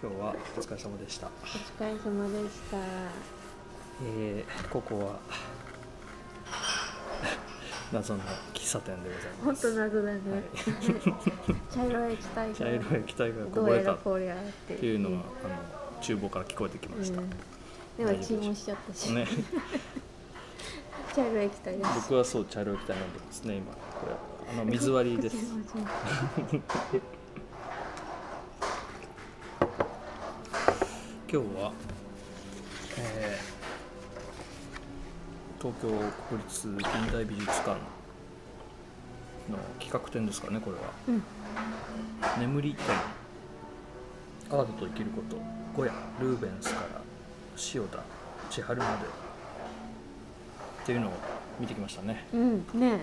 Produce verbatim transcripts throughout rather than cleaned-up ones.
今日はお疲れ様でした。 お疲れ様でした。 えー、ここは謎の喫茶店でござい本ます。 当謎だね、はい、茶色い液体が茶色い液体がこどうやぼれたっらこりゃってていうのが、あの厨房から聞こえてきました。 うん、でも注文しちゃったし、 ね、 茶色い液体です。 僕はそう茶色い液体飲んでますね今。これあの水割りです。今日は、えー、東京国立現代美術館の企画展ですかね、これは、 うん、 眠り展アートと生きること、ゴヤ・ルーベンスから塩田千春までっていうのを見てきましたね。 うんね、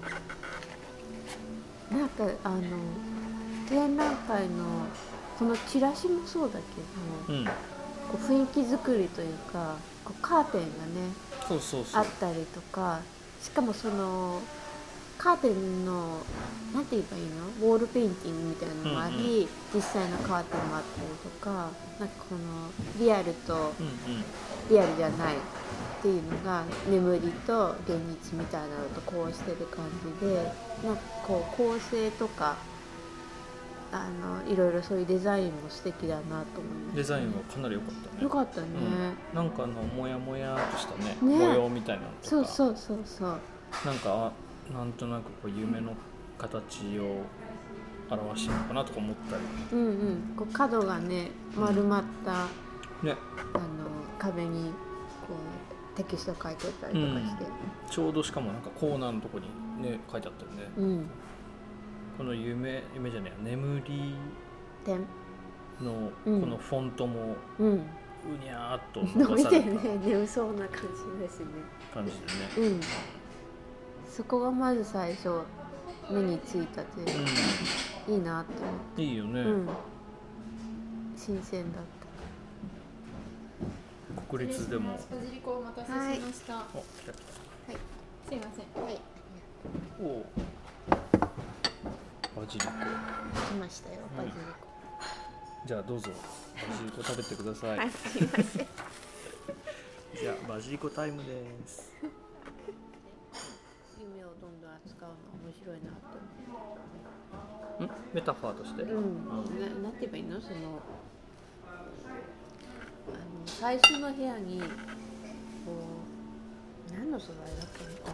うん、 なんかあの展覧会のこのチラシもそうだけど、うん、こう雰囲気作りというか、こうカーテンがね、 そうそうそうあったりとか、しかもそのカーテンのなんて言えばいいの、ウォールペインティングみたいなのもあり、うんうん、実際のカーテンもあったりとか、なんかこのリアルとリアルじゃないっていうのが眠りと現実みたいなのとこうしてる感じで、なんかこう構成とかあのいろいろそういうデザインも素敵だなと思います、ね、 デザインはかなり良かったね。 良かったね、 うん、なんかあのモヤモヤとしたね、 ね、 模様みたいなのとか、 そうそうそうそう、 なんかなんとなくこう夢の形を表してるのかなとか思ったり、 うんうん、こう角がね丸まった、 うん、ね、 あの壁にこうテキスト書いてたりとかして、 うん、ちょうどしかもなんかコーナーのとこにね書いてあったよね、うん、この夢夢じゃねえ眠り点のこのフォントも、うん、うにゃーっと伸びてるね、眠そうな感じですね。 感じでね、うん、 そこがまず最初目についたというか、うん、いいなって思って。 いいよね、うん、 新鮮だった。 国立でもバジリコお待たせしました。はい、 お、来た来た。 はい、すいません。はい。 お、バジリコ。 来ましたよ、バジリコ。 うん、じゃあどうぞバジリコ食べてください。 はい、すいません。 じゃあバジリコタイムです。 夢をどんどん扱うの面白いなと思う。ん？メタファーとして？うん。 うん、な, なんて言えばいいの？そのあの最初の部屋にこう何の素材だったのか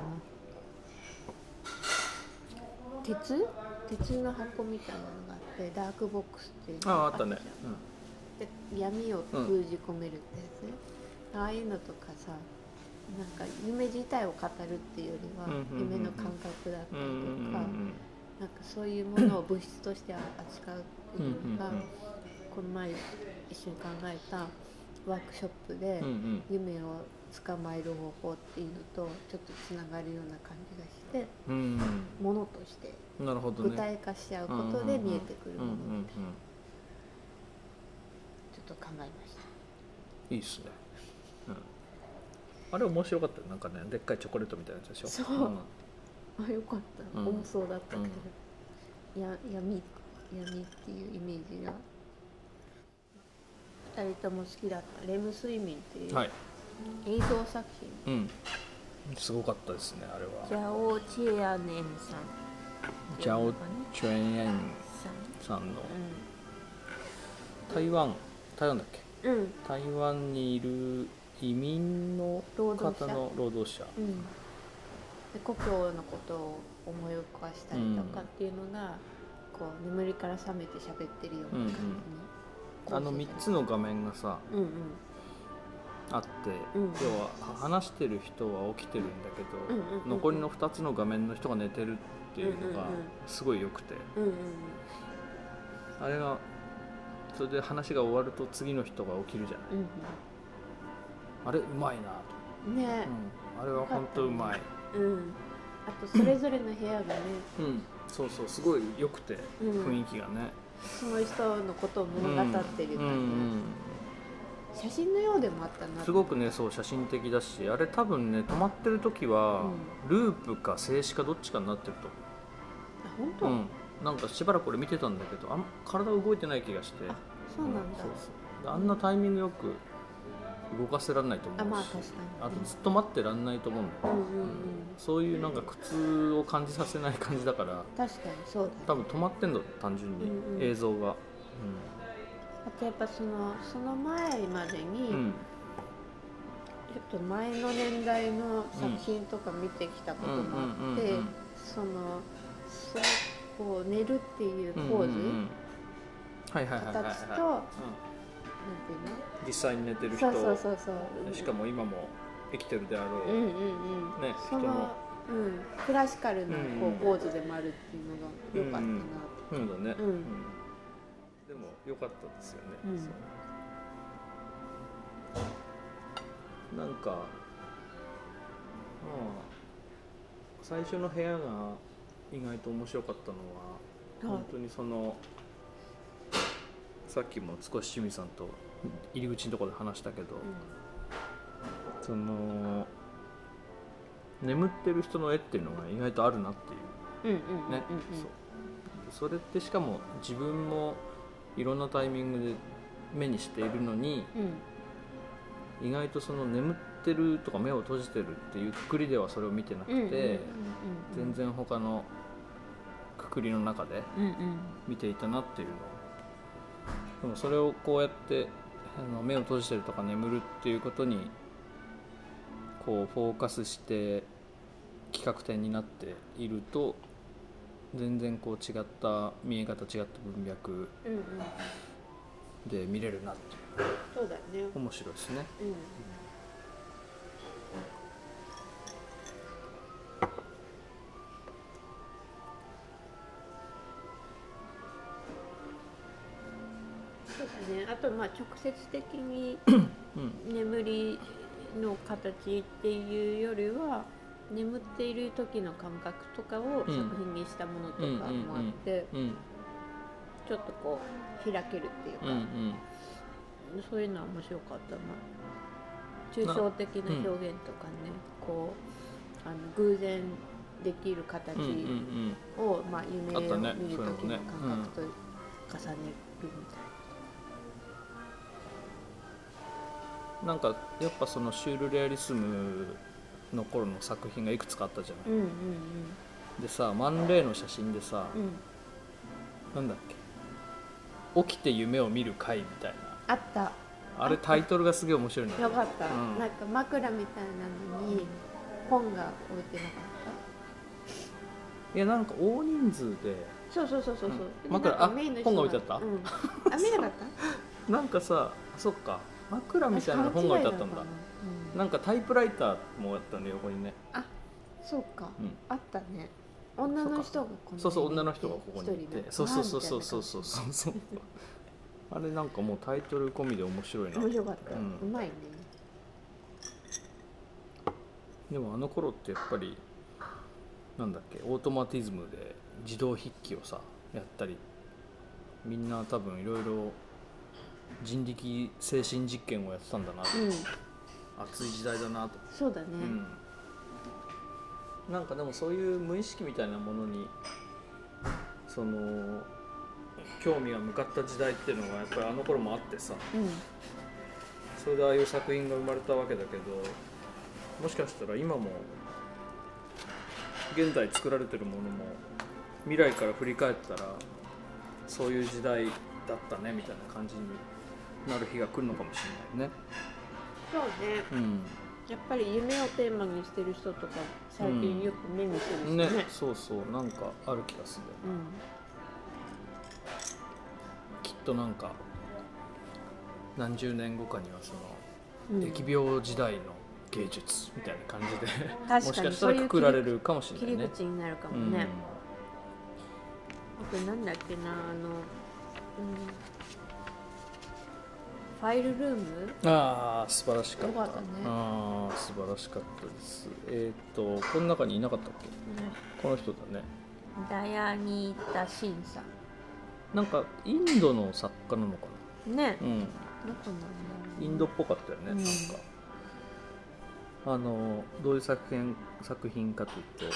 な？鉄？鉄の箱みたいなのがあってダークボックスっていうのがあったじゃん。あ、あったね。うん、で闇を封じ込めるってやつ、うん、ああいうのとかさ、なんか夢自体を語るっていうよりは夢の感覚だったりとか、なんかそういうものを物質として扱うっていうのがこの前一緒に考えたワークショップで夢を捕まえる方法っていうのとちょっとつながるような感じがして、ものとして具体化しちゃうことで見えてくるものみたいな、ちょっと考えました。 いいっすね、うん、あれ面白かったよ。なんかね、でっかいチョコレートみたいなやつでしょ。 そう、うん、あ、よかった、うん、重そうだったけど、うん、や闇闇っていうイメージがふたりとも好きだったレム睡眠っていう、はい、映像作品、うん、 すごかったですね、あれは。 ジャオ・チェアネンさん、 ジャオ・チェアネンさんの、うん、台湾台湾だっけ、うん、台湾にいる移民の方の労働者、うん、 で故郷のことを思い起こしたりとかっていうのが、うん、こう眠りから覚めて喋ってるような感じに、 うんうん、あのみっつの画面がさ、うんうん、あって、うん、要は話してる人は起きてるんだけど、うんうんうん、残りのふたつの画面の人が寝てるっていうのがすごい良くて、うんうんうん、あれがそれで話が終わると次の人が起きるじゃない、うんうん、あれうまいなとね、うん、あれは本当うまい、 うん、あとそれぞれの部屋がね、 うん、そうそう、すごい良くて、うん、雰囲気がね、 その人のことを物語ってる感じ、うんうんうん、写真のようでもあったな。 すごくね、そう写真的だし、あれ多分ね止まってる時は、うん、ループか静止かどっちかになってると思う。 あ、本当？ うん、なんかしばらくこれ見てたんだけど、あん体動いてない気がして、 そうなんだ、うん、 そうそう、あんなタイミングよく動かせられないと思うし、 あ、まあ確かに、 あとずっと待ってらんないと思うんだよ、うんうんうん、そういうなんか苦痛を感じさせない感じだから、 確かにそうだ、ね、 多分止まってんだ、単純に、うんうん、映像が、うん、あとやっぱそのその前までに、うん、ちょっと前の年代の作品とか見てきたこともあって、そのそこう寝るっていうポーズ、形と実際に寝てる人、 そうそうそうそう、 しかも今も生きてるであろう、 うんうんうん、 ね、 その、 人の、 うん、クラシカルなこうポーズでもあるっていうのが良かったな、うんうん、そうだね、うんうん、でも良かったですよね、うん、なんか、まあ、最初の部屋が意外と面白かったのは、はい、本当にそのさっきも少し清水さんと入り口のところで話したけど、うん、その眠ってる人の絵っていうのが意外とあるなっていうね、それってしかも自分もいろんなタイミングで目にしているのに、うん、意外とその眠ってるとか目を閉じてるっていうくくりではそれを見てなくて、全然他のくくりの中で見ていたなっていうのを、でもそれをこうやってあの目を閉じてるとか眠るっていうことにこうフォーカスして企画展になっていると、全然こう違った見え方、違った文脈で見れるなっていう、 そうだね、 面白いですね、うん、 そうだね、あとまあ直接的に眠りの形っていうよりは、眠っている時の感覚とかを作品にしたものとかもあって、ちょっとこう開けるっていうか、うんうん、そういうのは面白かったな。抽象的な表現とかね、うん、こうあの偶然できる形を、うんうんうん、まあ、夢を見る時の感覚と重ねるみたいな、なんかやっぱそのシュールレアリスムの頃の作品がいくつかあったじゃない、うんうんうん、でさ、マンレイの写真でさ、うん、なんだっけ、起きて夢を見る会みたいな、 あった、 あれタイトルがすげえ面白いんだよかった、うん、なんか枕みたいなのに本が置いてなかった、 いやなんか大人数で、 そうそうそうそう、 うん、枕、あ、本が置いてあった、うん、 あ、見なかったなんかさ、そっか、枕みたいな本が置いてあったんだ、うん、なんかタイプライターもあったね、横にね、 あ、そうか、うん、あったね、女の人がここに、 そうそう、女の人がここにいて、そうそうそうそうそうそうそうあれなんかもうタイトル込みで面白いな、 面白かった、うん、うまいね。 でもあの頃ってやっぱりなんだっけ、オートマティズムで自動筆記をさやったり、みんな多分いろいろ人力精神実験をやってたんだなと、うん、熱い時代だなと。 そうだね、 うん、なんかでもそういう無意識みたいなものにその興味が向かった時代っていうのがやっぱりあの頃もあってさ、うん、それでああいう作品が生まれたわけだけど、もしかしたら今も現代作られてるものも未来から振り返ったらそういう時代だったねみたいな感じになる日が来るのかもしれないね。 そうね、うん、やっぱり夢をテーマにしてる人とか最近よく目にするし ね,、うん、ね、 そうそう、なんかある気がする、うん、きっとなんか何十年後かにはその、うん、疫病時代の芸術みたいな感じでもしかしたらくくられるかもしれないね。 切り口になるかもね、うん、あとなんだっけな、あの、うん、ファイルルーム、 ああ素晴らしかった、 よかったね、 ああ素晴らしかったです。えっ、ー、とこの中にいなかったっけ、ね、この人だね、 ダヤニータ・シンさん、 なんかインドの作家なのかなね、 うん、 どこなんだろう、 インドっぽかったよね、うん、なんかあのどういう作品作品かというと、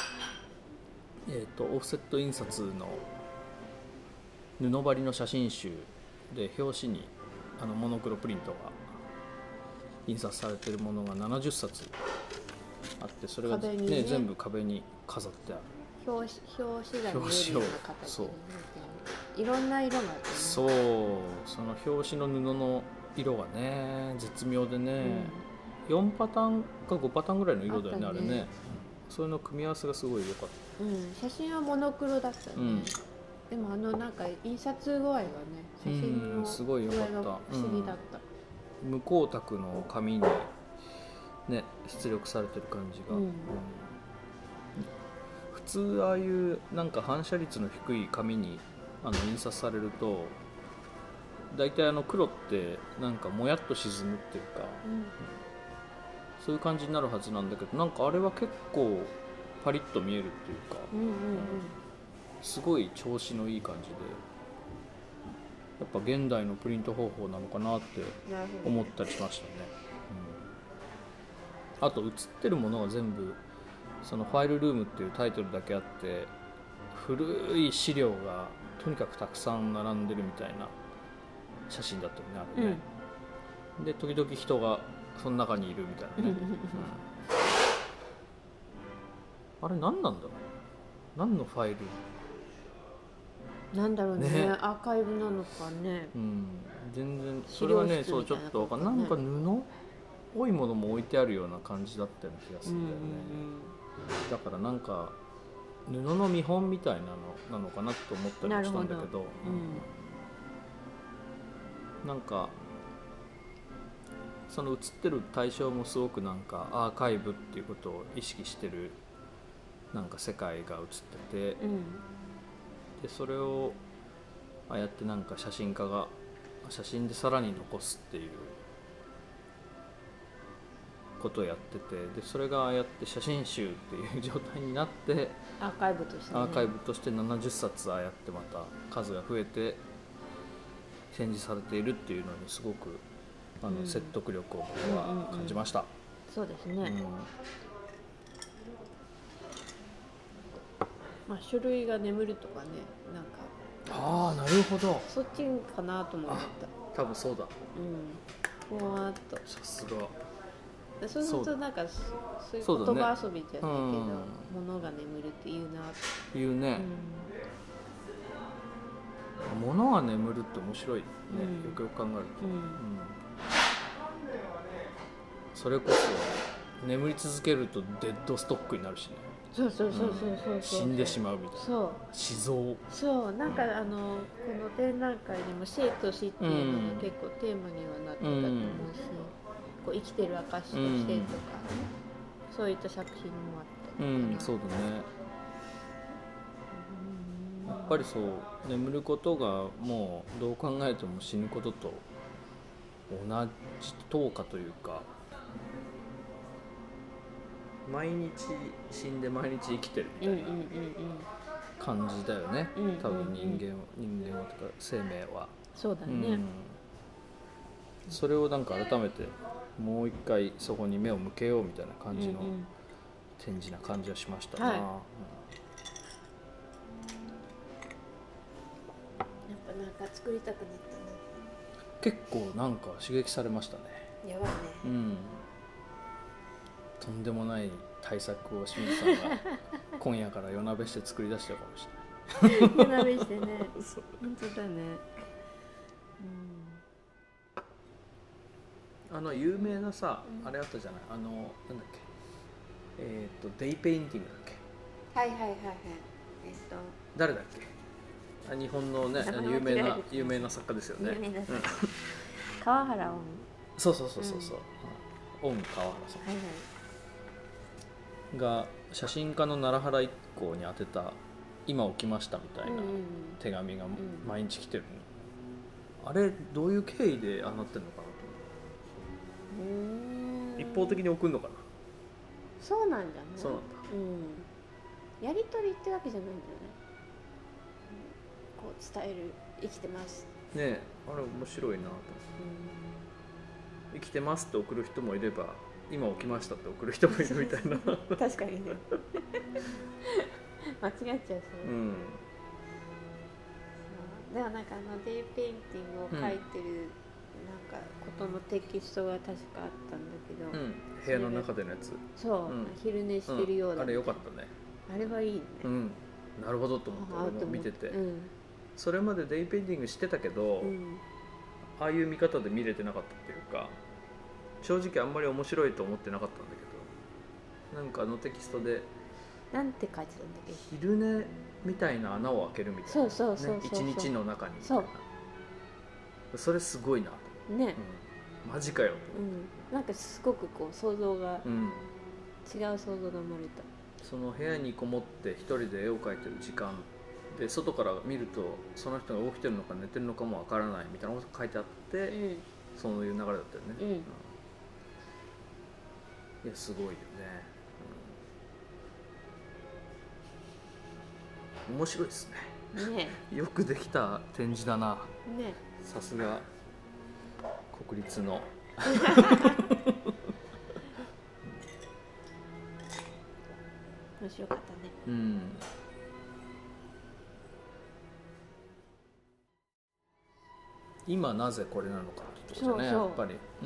えーと、オフセット印刷の布張りの写真集で表紙にあのモノクロプリントが印刷されてるものがななじゅっさつあって、それが、ねね、全部壁に飾ってある。 表紙表紙が見えるような形になってる。いろんな色があってね。 そう、その表紙の布の色がね絶妙でね、うん、よんパターンかごパターンぐらいの色だよね、あれね。それの組み合わせがすごい良かった。 うん、写真はモノクロだったね。うん、でもあのなんか印刷具合がね、写真のすごい良かった。 不思議だった。 うん、無光沢の紙にね出力されてる感じが。うんうん、普通ああいうなんか反射率の低い紙にあの印刷されると、だいたいあの黒ってなんかもやっと沈むっていうか、うん、そういう感じになるはずなんだけど、なんかあれは結構パリッと見えるっていうか、うんうんうん、すごい調子のいい感じで、やっぱ現代のプリント方法なのかなって思ったりしましたね。うん、あと写ってるものが全部そのファイルルームっていうタイトルだけあって、古い資料がとにかくたくさん並んでるみたいな写真だったよね、あれね。うん、で時々人がその中にいるみたいなね。うん、あれ何なんだろう、何のファイルなんだろう ね, ねアーカイブなのかね。 うん、全然それはね、そうちょっと分かんない、なんか布っぽいものも置いてあるような感じだったような気がするんだよね。うんうん、だからなんか布の見本みたいなのなのかなと思ったりもしたんだけど、ど、うん、なんかその写ってる対象もすごくなんかアーカイブっていうことを意識してるなんか世界が写ってて、うん、でそれをああやってなんか写真家が写真でさらに残すっていうことをやってて、でそれがああやって写真集っていう状態になってアーカイブとして、ね、 アーカイブとしてななじゅっさつああやってまた数が増えて展示されているっていうのにすごくあの、うん、説得力を僕は感じました。 うんうんうん、そうですね。うん、まあ、種類が眠るとかね、なんかああなるほど、 そっちかなとも思った。 多分そうだ。 うん、ふわっと。 さすが。 そうするとなんかそういう言葉遊びじゃないけど、ね、うん、物が眠るって言うなって言うね。うん、物が眠るって面白いね、うん、よくよく考えると。うんうん、それこそ眠り続けるとデッドストックになるしね。 そうそうそうそうそう、うん、 死んでしまうみたいな。そう死蔵。 そうなんか、うん、あのこの展覧会でも生と死っていうのが結構テーマにはなってたと思うし、うん、こう生きてる証としてとか、ね、うん、そういった作品もあったりとか、 うん、そうだね。やっぱりそう眠ることがもうどう考えても死ぬことと同じ等価というか、毎日死んで毎日生きてるみたいな感じだよね、うんうんうんうん、多分人間は人間はとか生命は。 そうだね、うん、 それをなんか改めてもう一回そこに目を向けようみたいな感じの展示な感じはしましたな、うんうん、はい、やっぱなんか作りたくなったね。 結構なんか刺激されましたね。 やばいね、 うん、とんでもない対策を清水さんが今夜から夜なべして作り出してるかもしれない夜なべしてね本当だね、 うん、あの有名なさ、うん、あれあったじゃない、あのなんだっけ、えっ、ー、とデイペインティングだっけ。 はいはいはいはい、えっ、ー、と誰だっけ、日本のね有名な有名な作家ですよね。 有名な作家川原音。 そうそうそうそうそう、うん、音川原さん、はいはい、が写真家の奈良原一行に宛てた今起きましたみたいな手紙が毎日来てるの、うん、あれどういう経緯でああなってるのかなと思って。一方的に送るのかな。 そうなんだね。 そうなんだ、 うん、やり取りってわけじゃないんだよね。こう伝える、生きてますねえ、あれ面白いなと思って、うん、生きてますって送る人もいれば今起きましたって送る人もいるみたいな確かにね間違っちゃうそう、うん、 でもなんかあのデイペインティングを描いてる、なんかことのテキストが確かあったんだけど、 うん、部屋の中でのやつ。 そう、うん、昼寝してるようだ、 うん、あれ良かったね。 あれはいいね。 うん、なるほどと思って俺も見てて、うん、それまでデイペインティングしてたけど、うん、ああいう見方で見れてなかったっていうか、正直あんまり面白いと思ってなかったんだけど、なんかあのテキストでなんて書いてたんだっけ、 昼寝みたいな穴を開けるみたいな、 そうそうそうそう、 ね、一日の中にみたいな、そうそれすごいなとね、うん、マジかよと、 うん、なんかすごくこう想像が、うん、違う想像が生まれた。 その部屋にこもって一人で絵を描いてる時間で、外から見るとその人が起きてるのか寝てるのかもわからないみたいなことが書いてあって、うん、そういう流れだったよね、うんうん、いやすごいよね、うん、面白いですね。ねよくできた展示だな、ね、さすが国立の面白かったね。 うん。今なぜこれなのかってことですね、やっぱり。うん、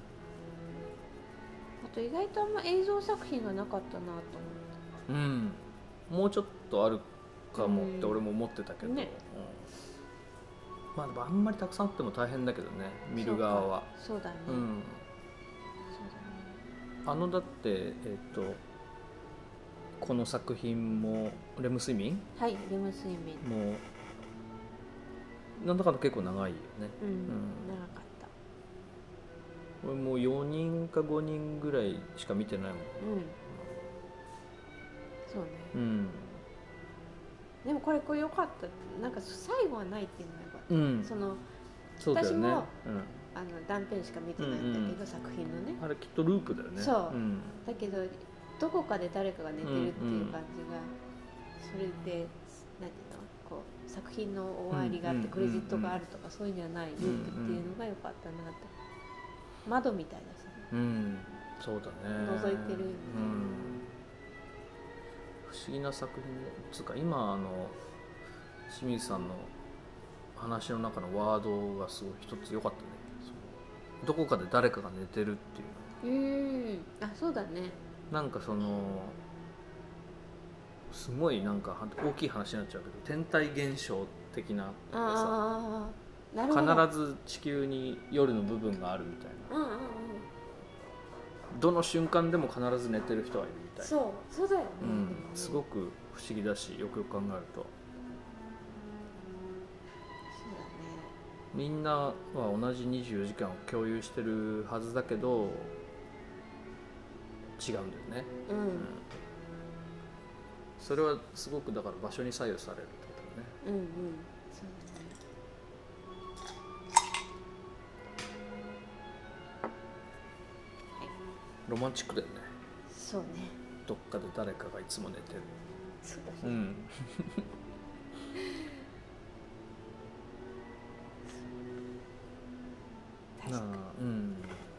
あと意外とあんま映像作品がなかったなと思って。 うん。もうちょっとあるかもって俺も思ってたけど。ね、うん、まあでもあんまりたくさんあっても大変だけどね、見る側は。 そうだね。うん。そうだね。 あのだってえっと。この作品もレム睡眠、 はいレム睡眠もうなんだかんだ結構長いよね、 うんうん、長かった。 俺もうよにんかごにんぐらいしか見てないもん、うん、 そうね、 うん、 でもこれこれ良かった。なんか最後はないっていうのが良かった、うん、そのそうだよね、 私も、うん、あの断片しか見てないんだけど、うんうん、作品のねあれきっとループだよね。 そう、うん、だけどどこかで誰かが寝てるっていう感じが、うんうん、それで何ていうのこう作品の終わりがあってクレジットがあるとかそういうんじゃないループっていうのが良かったなって。窓みたいだし、 うん、そうだね、 覗いてるみたいな、うん、 不思議な作品つうか今あの清水さんの話の中のワードがすごい一つ良かったね。どこかで誰かが寝てるっていう。 うん、あそうだね。 なんかそのすごいなんか大きい話になっちゃうけど天体現象的なあなるほど、必ず地球に夜の部分があるみたいな、うんうんうん、どの瞬間でも必ず寝てる人がいるみたいな。 そうそうだよね、 うん、すごく不思議だしよくよく考えるとそうだね。 みんなは同じにじゅうよじかんを共有してるはずだけど違うんだよね、うんうん、それはすごくだから場所に左右されるってことだね。うんうん、そうだね。はい、ロマンチックだよね。 そうね。 どっかで誰かがいつも寝てる。 そうだね。 うん。 確かに。 うん。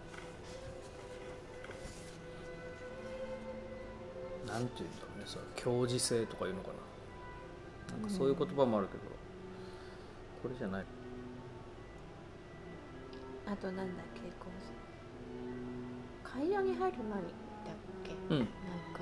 なんていうんだろうね、それ共時性とかいうのかな、なんかそういう言葉もあるけど、うん、これじゃない。 あとなんだっけ、こう会場に入る前だっけ、うん、なんか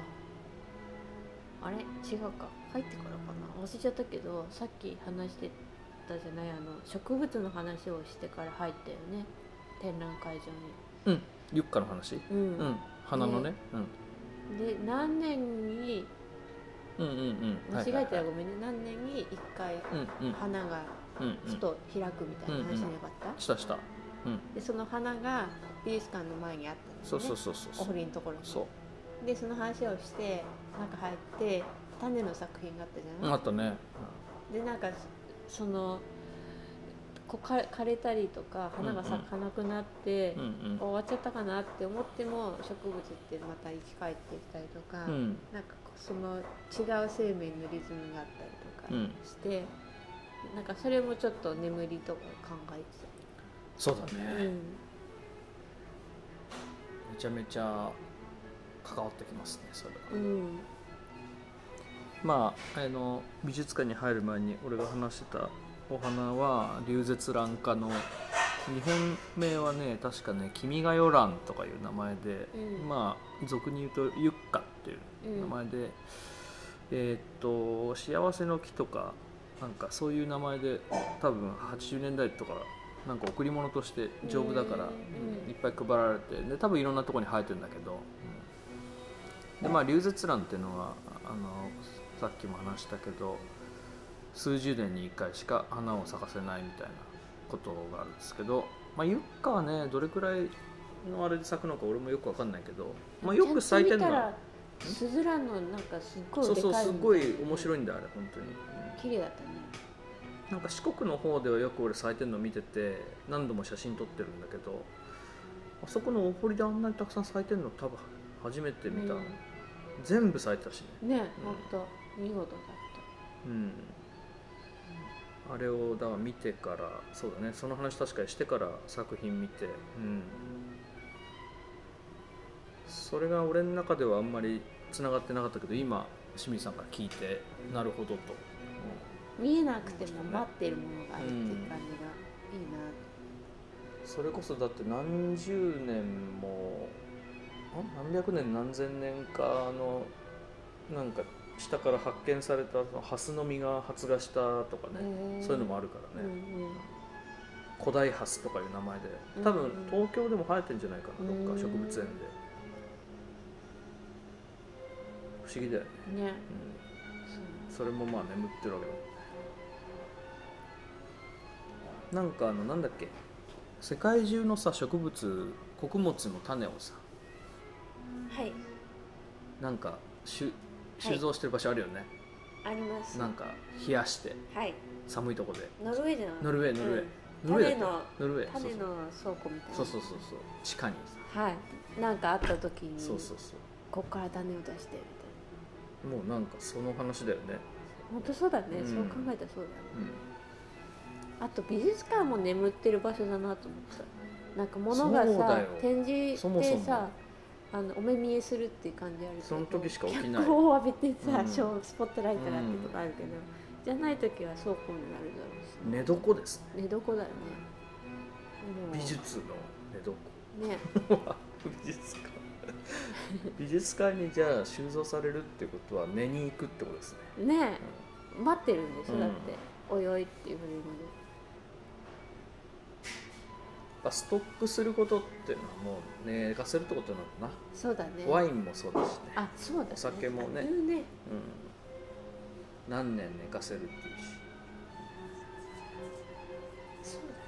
あれ違うか、入ってからかな、忘れちゃったけど、さっき話してたじゃない、あの植物の話をしてから入ったよね、展覧会場に。うん、ユッカの話、うん、うん、花のね、うんで何年に、うんうんうん、間違えたらごめんね、何年にいっかい花がふと開くみたいな話じゃなかった、うんうん、 したした、うん、 でその花が美術館の前にあったんですね、 そうそうそうそう、 お堀のところに。そうでその話をして中入って種の作品があったじゃない、 あったね、 うん、でなんかそのこう枯れたりとか花が咲かなくなって、うんうん、終わっちゃったかなって思っても植物ってまた生き返ってきたりとか、うん、なんかその違う生命のリズムがあったりとかして、うん、なんかそれもちょっと眠りとか考えてた。 そうだね、うん、めちゃめちゃ関わってきますねそれは、うん、まああの美術館に入る前に俺が話してたお花はリュウゼツラン科の日本名はね確かね君が代蘭とかいう名前で、うん、まあ俗に言うとユッカっていう名前で、うん、えー、っと幸せの木とかなんかそういう名前で多分はちじゅうねんだいとかなんか贈り物として丈夫だから、うん、いっぱい配られてで多分いろんなところに生えてるんだけど、うん、でまあリュウゼツランっていうのはあのさっきも話したけど数十年にいっかいしか花を咲かせないみたいなことがあるんですけど、まあ、ユッカはねどれくらいのあれで咲くのか俺もよく分かんないけど、まあ、よく咲いてるのはスズランのなんかすっごいでかいそうそうすごい面白いんだあれ本当に綺麗だったね。 なんか四国の方ではよく俺咲いてるの見てて何度も写真撮ってるんだけどあそこの大堀であんなにたくさん咲いてるの多分初めて見た、うん、全部咲いてたしねね、うん、ほんと見事だったうんあれをだから見てからそうだねその話確かにしてから作品見て、うん、それが俺の中ではあんまりつながってなかったけど今清水さんから聞いてなるほどと、 うん、見えなくても待ってるものがあるっていう感じがいいな、うん、 それこそだって何十年も何百年何千年かのなんか下から発見されたハスの実が発芽したとかねそういうのもあるからね、うんうん、古代ハスとかいう名前で多分東京でも生えてるんじゃないかな、うん、どっか植物園で不思議だよね、ね、うん、それもまあ眠ってるわけだなんかあのなんだっけ世界中のさ植物穀物の種をさはいなんか収蔵してる場所あるよね、 はい、ありますなんか冷やして、 はい、 寒いとこでノルウェーじゃないノルウェーノルウェー、 うん、種のノルウェー種の倉庫みたいなそうそうそうそう地下にさはいなんかあった時にそうそうそうここから種を出してみたいなもうなんかその話だよね本当そうだね、うん、そう考えたらそうだね、うん、あと美術館も眠ってる場所だなと思ったなんか物がさ展示してさそもそもあのお目見えするっていう感じあるけどその時しか起きない脚光を浴びてさ、うん、スポットライトがあってとかあるけど、うん、じゃない時は倉庫になるだろうし寝床です寝床だよね美術の寝床ね美術館美術館にじゃあ収蔵されるってことは寝に行くってことですねねえ、うん、待ってるんでしょ、うん、だっておよいっていうふうにストックすることっていうのはもう寝かせるってことなのかなそうだねワインもそうだしねあそうだねお酒もね、 ね、 うん、何年寝かせるっていうしそうだ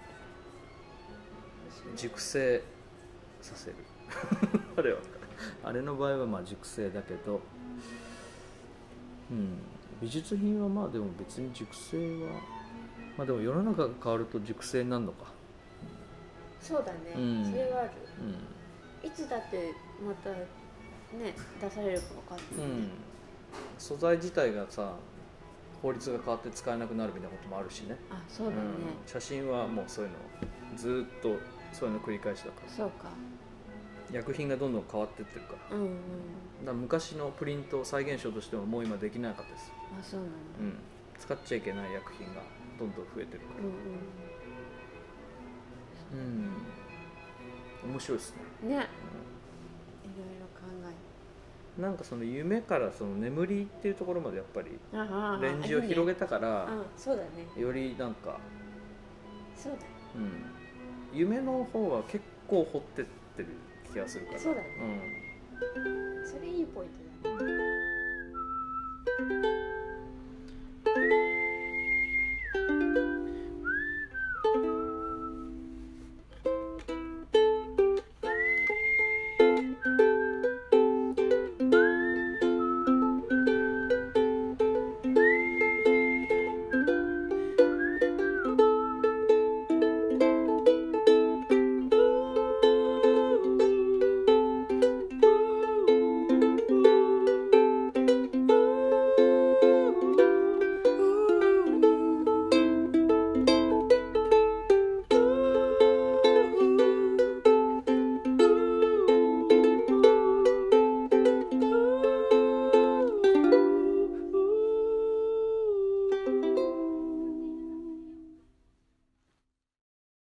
ね熟成させるあれはあれの場合はまあ熟成だけど、うん、美術品はまあでも別に熟成はまあでも世の中が変わると熟成になるのかそうだね、うん、それはある、うん、いつだってまたね出されるか分かんない、ねうん、 素材自体がさ法律が変わって使えなくなるみたいなこともあるしねあそうだね、うん、 写真はもうそういうのずっとそういうの繰り返しだからそうか薬品がどんどん変わってってるから、うんうん、だから昔のプリントを再現しようとしてももう今できなかったですあそうなんだ、 うん、使っちゃいけない薬品がどんどん増えてるから、うんうんうん、面白いですね。ね、うん、いろいろ考え。なんかその夢からその眠りっていうところまでやっぱりレンジを広げたから、 ね、そうだね。 よりなんか、 そうだ。 うん、夢の方は結構掘ってってる気がするから。 そうだね。うん、それいい